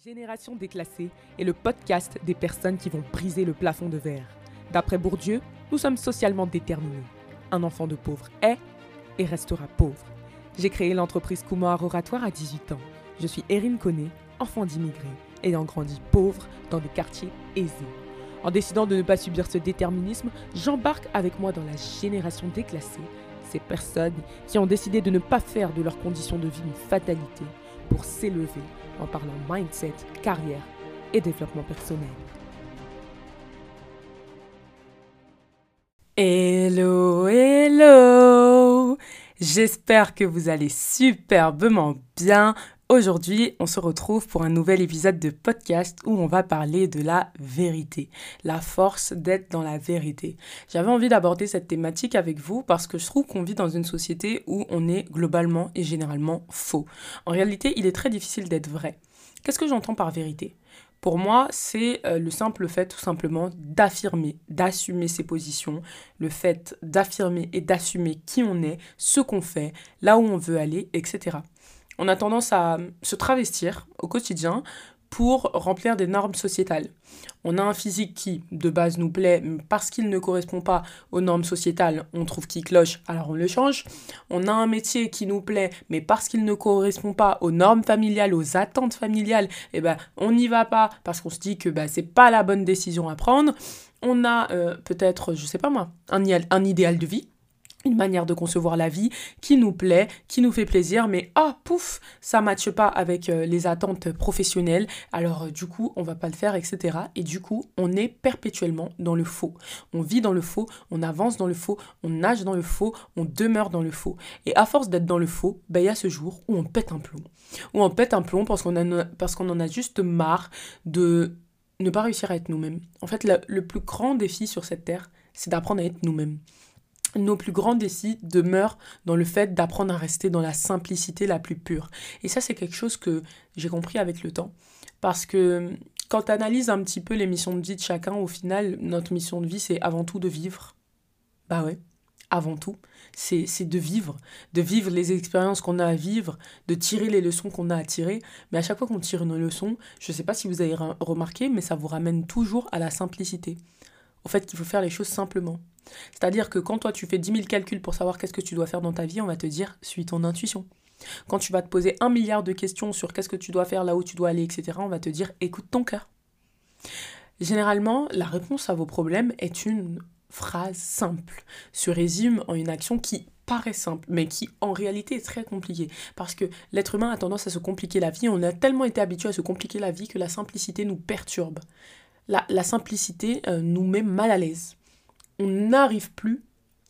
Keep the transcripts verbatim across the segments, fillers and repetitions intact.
Génération déclassée est le podcast des personnes qui vont briser le plafond de verre. D'après Bourdieu, nous sommes socialement déterminés. Un enfant de pauvre est et restera pauvre. J'ai créé l'entreprise Kumar Oratoire à dix-huit ans. Je suis Erin Koné, enfant d'immigrés, ayant grandi pauvre dans des quartiers aisés. En décidant de ne pas subir ce déterminisme, j'embarque avec moi dans la génération déclassée, ces personnes qui ont décidé de ne pas faire de leurs conditions de vie une fatalité pour s'élever en parlant mindset, carrière et développement personnel. Hello, hello! J'espère que vous allez superbement bien. Aujourd'hui, on se retrouve pour un nouvel épisode de podcast où on va parler de la vérité, la force d'être dans la vérité. J'avais envie d'aborder cette thématique avec vous parce que je trouve qu'on vit dans une société où on est globalement et généralement faux. En réalité, il est très difficile d'être vrai. Qu'est-ce que j'entends par vérité ? Pour moi, c'est euh, le simple fait tout simplement d'affirmer, d'assumer ses positions, le fait d'affirmer et d'assumer qui on est, ce qu'on fait, là où on veut aller, et cetera. On a tendance à se travestir au quotidien pour remplir des normes sociétales. On a un physique qui, de base, nous plaît, mais parce qu'il ne correspond pas aux normes sociétales, on trouve qu'il cloche, alors on le change. On a un métier qui nous plaît, mais parce qu'il ne correspond pas aux normes familiales, aux attentes familiales, eh ben, on n'y va pas parce qu'on se dit que ben, c'est pas la bonne décision à prendre. On a euh, peut-être, je sais pas moi, un, un idéal de vie, une manière de concevoir la vie qui nous plaît, qui nous fait plaisir, mais ah, pouf, ça ne matche pas avec euh, les attentes professionnelles, alors euh, du coup, on va pas le faire, et cetera. Et du coup, on est perpétuellement dans le faux. On vit dans le faux, on avance dans le faux, on nage dans le faux, on demeure dans le faux. Et à force d'être dans le faux, ben, il y a ce jour où on pète un plomb. Où on pète un plomb parce qu'on a, parce qu'on en a juste marre de ne pas réussir à être nous-mêmes. En fait, la, le plus grand défi sur cette terre, c'est d'apprendre à être nous-mêmes. Nos plus grands défis demeurent dans le fait d'apprendre à rester dans la simplicité la plus pure. Et ça, c'est quelque chose que j'ai compris avec le temps. Parce que quand tu analyses un petit peu les missions de vie de chacun, au final, notre mission de vie, c'est avant tout de vivre. Bah ouais, avant tout. C'est, c'est de vivre. De vivre les expériences qu'on a à vivre, de tirer les leçons qu'on a à tirer. Mais à chaque fois qu'on tire une leçon, je ne sais pas si vous avez remarqué, mais ça vous ramène toujours à la simplicité. Au fait qu'il faut faire les choses simplement. C'est-à-dire que quand toi tu fais dix mille calculs pour savoir qu'est-ce que tu dois faire dans ta vie, on va te dire, suis ton intuition. Quand tu vas te poser un milliard de questions sur qu'est-ce que tu dois faire, là où tu dois aller, et cetera, on va te dire, écoute ton cœur. Généralement, la réponse à vos problèmes est une phrase simple, se résume en une action qui paraît simple, mais qui en réalité est très compliquée. Parce que l'être humain a tendance à se compliquer la vie, on a tellement été habitué à se compliquer la vie que la simplicité nous perturbe. La, la simplicité euh, nous met mal à l'aise. On n'arrive plus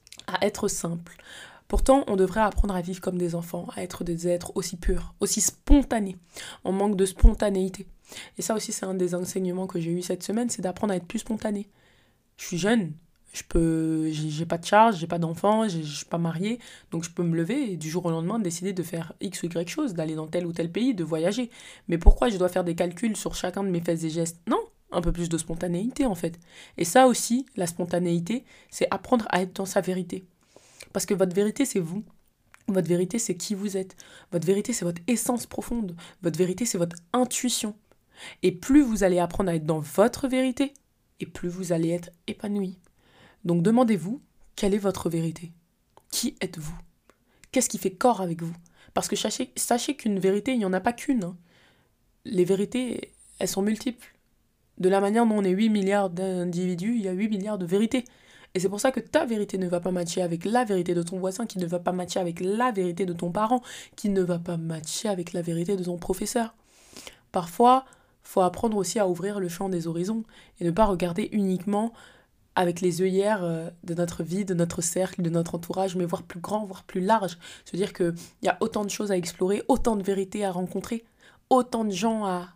à être simple. Pourtant, on devrait apprendre à vivre comme des enfants, à être des êtres aussi purs, aussi spontanés. On manque de spontanéité. Et ça aussi, c'est un des enseignements que j'ai eu cette semaine, c'est d'apprendre à être plus spontané. Je suis jeune, je peux, j'ai, j'ai pas de charge, j'ai pas d'enfant, j'ai, je suis pas mariée, donc je peux me lever et du jour au lendemain décider de faire X ou Y chose, d'aller dans tel ou tel pays, de voyager. Mais pourquoi je dois faire des calculs sur chacun de mes faits et gestes ? Non, un peu plus de spontanéité en fait. Et ça aussi, la spontanéité, c'est apprendre à être dans sa vérité. Parce que votre vérité, c'est vous. Votre vérité, c'est qui vous êtes. Votre vérité, c'est votre essence profonde. Votre vérité, c'est votre intuition. Et plus vous allez apprendre à être dans votre vérité, et plus vous allez être épanoui. Donc demandez-vous, quelle est votre vérité ? Qui êtes-vous ? Qu'est-ce qui fait corps avec vous ? Parce que sachez, sachez qu'une vérité, il n'y en a pas qu'une. Hein. Les vérités, elles sont multiples. De la manière dont on est huit milliards d'individus, il y a huit milliards de vérités. Et c'est pour ça que ta vérité ne va pas matcher avec la vérité de ton voisin, qui ne va pas matcher avec la vérité de ton parent, qui ne va pas matcher avec la vérité de ton professeur. Parfois, il faut apprendre aussi à ouvrir le champ des horizons et ne pas regarder uniquement avec les œillères de notre vie, de notre cercle, de notre entourage, mais voir plus grand, voir plus large. Se dire qu'il y a autant de choses à explorer, autant de vérités à rencontrer, autant de gens à...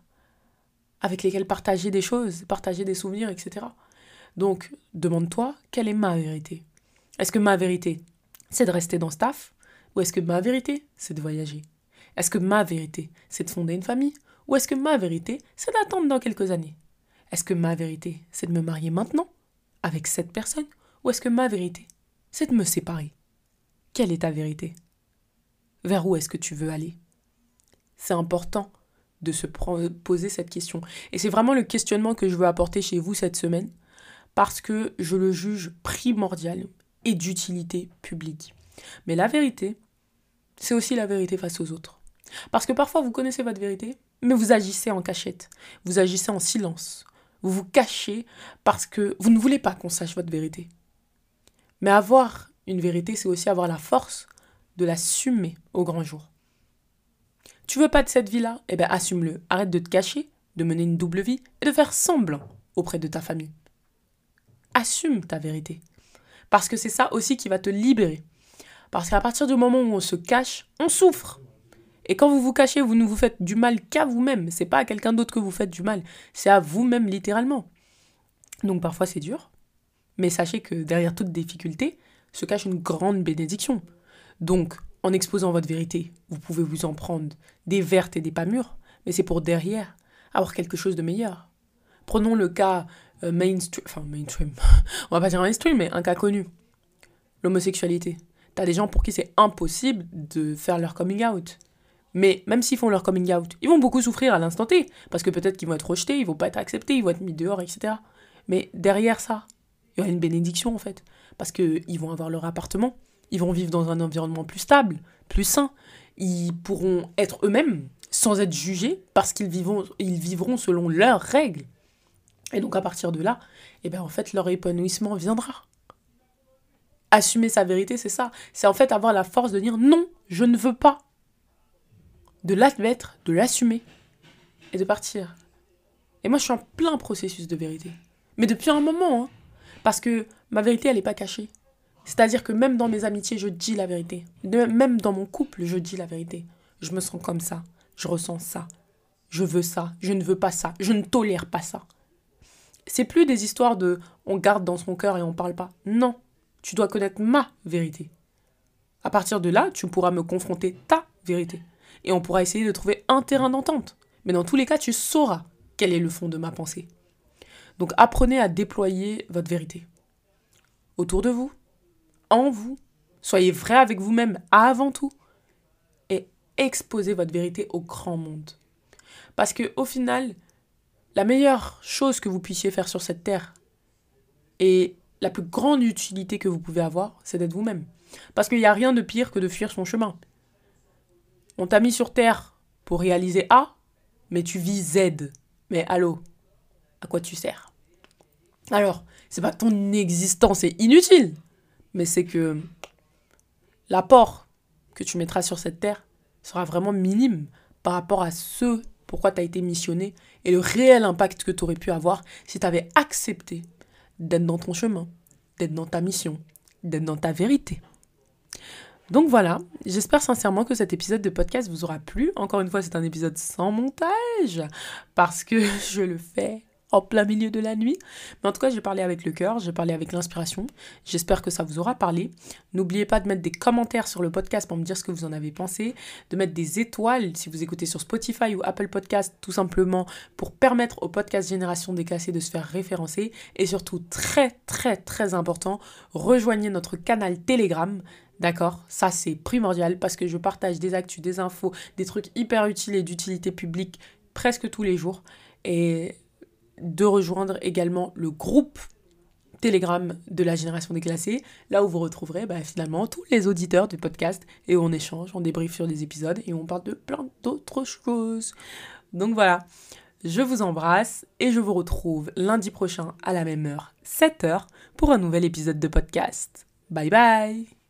avec lesquels partager des choses, partager des souvenirs, et cetera. Donc, demande-toi, quelle est ma vérité ? Est-ce que ma vérité, c'est de rester dans ce taf ? Ou est-ce que ma vérité, c'est de voyager ? Est-ce que ma vérité, c'est de fonder une famille ? Ou est-ce que ma vérité, c'est d'attendre dans quelques années ? Est-ce que ma vérité, c'est de me marier maintenant, avec cette personne ? Ou est-ce que ma vérité, c'est de me séparer ? Quelle est ta vérité ? Vers où est-ce que tu veux aller ? C'est important de se pro- poser cette question. Et c'est vraiment le questionnement que je veux apporter chez vous cette semaine, parce que je le juge primordial et d'utilité publique. Mais la vérité, c'est aussi la vérité face aux autres. Parce que parfois, vous connaissez votre vérité, mais vous agissez en cachette. Vous agissez en silence. Vous vous cachez parce que vous ne voulez pas qu'on sache votre vérité. Mais avoir une vérité, c'est aussi avoir la force de l'assumer au grand jour. Tu veux pas de cette vie-là? Eh bien, assume-le. Arrête de te cacher, de mener une double vie et de faire semblant auprès de ta famille. Assume ta vérité. Parce que c'est ça aussi qui va te libérer. Parce qu'à partir du moment où on se cache, on souffre. Et quand vous vous cachez, vous ne vous faites du mal qu'à vous-même. C'est pas à quelqu'un d'autre que vous faites du mal. C'est à vous-même littéralement. Donc parfois c'est dur. Mais sachez que derrière toute difficulté se cache une grande bénédiction. Donc, en exposant votre vérité, vous pouvez vous en prendre des vertes et des pas mûres. Mais c'est pour derrière avoir quelque chose de meilleur. Prenons le cas euh, mainstream. Enfin, mainstream. On va pas dire mainstream, mais un cas connu. L'homosexualité. T'as des gens pour qui c'est impossible de faire leur coming out. Mais même s'ils font leur coming out, ils vont beaucoup souffrir à l'instant T. Parce que peut-être qu'ils vont être rejetés, ils vont pas être acceptés, ils vont être mis dehors, et cetera. Mais derrière ça, il y aura une bénédiction en fait. Parce qu'ils vont avoir leur appartement, ils vont vivre dans un environnement plus stable, plus sain. Ils pourront être eux-mêmes sans être jugés parce qu'ils vivront, ils vivront selon leurs règles. Et donc à partir de là, eh ben, en fait, leur épanouissement viendra. Assumer sa vérité, c'est ça. C'est en fait avoir la force de dire non, je ne veux pas. De l'admettre, de l'assumer et de partir. Et moi, je suis en plein processus de vérité. Mais depuis un moment, hein, parce que ma vérité, elle n'est pas cachée. C'est-à-dire que même dans mes amitiés, je dis la vérité. De- même dans mon couple, je dis la vérité. Je me sens comme ça. Je ressens ça. Je veux ça. Je ne veux pas ça. Je ne tolère pas ça. C'est plus des histoires de on garde dans son cœur et on parle pas. Non. Tu dois connaître ma vérité. À partir de là, tu pourras me confronter ta vérité. Et on pourra essayer de trouver un terrain d'entente. Mais dans tous les cas, tu sauras quel est le fond de ma pensée. Donc apprenez à déployer votre vérité. Autour de vous, en vous, soyez vrai avec vous-même avant tout. Et exposez votre vérité au grand monde. Parce que au final, la meilleure chose que vous puissiez faire sur cette terre et la plus grande utilité que vous pouvez avoir, c'est d'être vous-même. Parce qu'il n'y a rien de pire que de fuir son chemin. On t'a mis sur terre pour réaliser A, mais tu vis Z. Mais allô, à quoi tu sers? Alors, c'est pas que ton existence est inutile, mais c'est que l'apport que tu mettras sur cette terre sera vraiment minime par rapport à ce pourquoi tu as été missionné et le réel impact que tu aurais pu avoir si tu avais accepté d'être dans ton chemin, d'être dans ta mission, d'être dans ta vérité. Donc voilà, j'espère sincèrement que cet épisode de podcast vous aura plu. Encore une fois, c'est un épisode sans montage, parce que je le fais en plein milieu de la nuit. Mais en tout cas, j'ai parlé avec le cœur, j'ai parlé avec l'inspiration. J'espère que ça vous aura parlé. N'oubliez pas de mettre des commentaires sur le podcast pour me dire ce que vous en avez pensé, de mettre des étoiles si vous écoutez sur Spotify ou Apple Podcast, tout simplement pour permettre au podcast Génération Déclassée de se faire référencer. Et surtout, très très très important, rejoignez notre canal Telegram. D'accord? Ça, c'est primordial parce que je partage des actus, des infos, des trucs hyper utiles et d'utilité publique presque tous les jours. Et de rejoindre également le groupe Telegram de la Génération Déclassée, là où vous retrouverez bah, finalement tous les auditeurs du podcast et où on échange, on débriefe sur les épisodes et on parle de plein d'autres choses. Donc voilà, je vous embrasse et je vous retrouve lundi prochain à la même heure, sept heures, pour un nouvel épisode de podcast. Bye bye!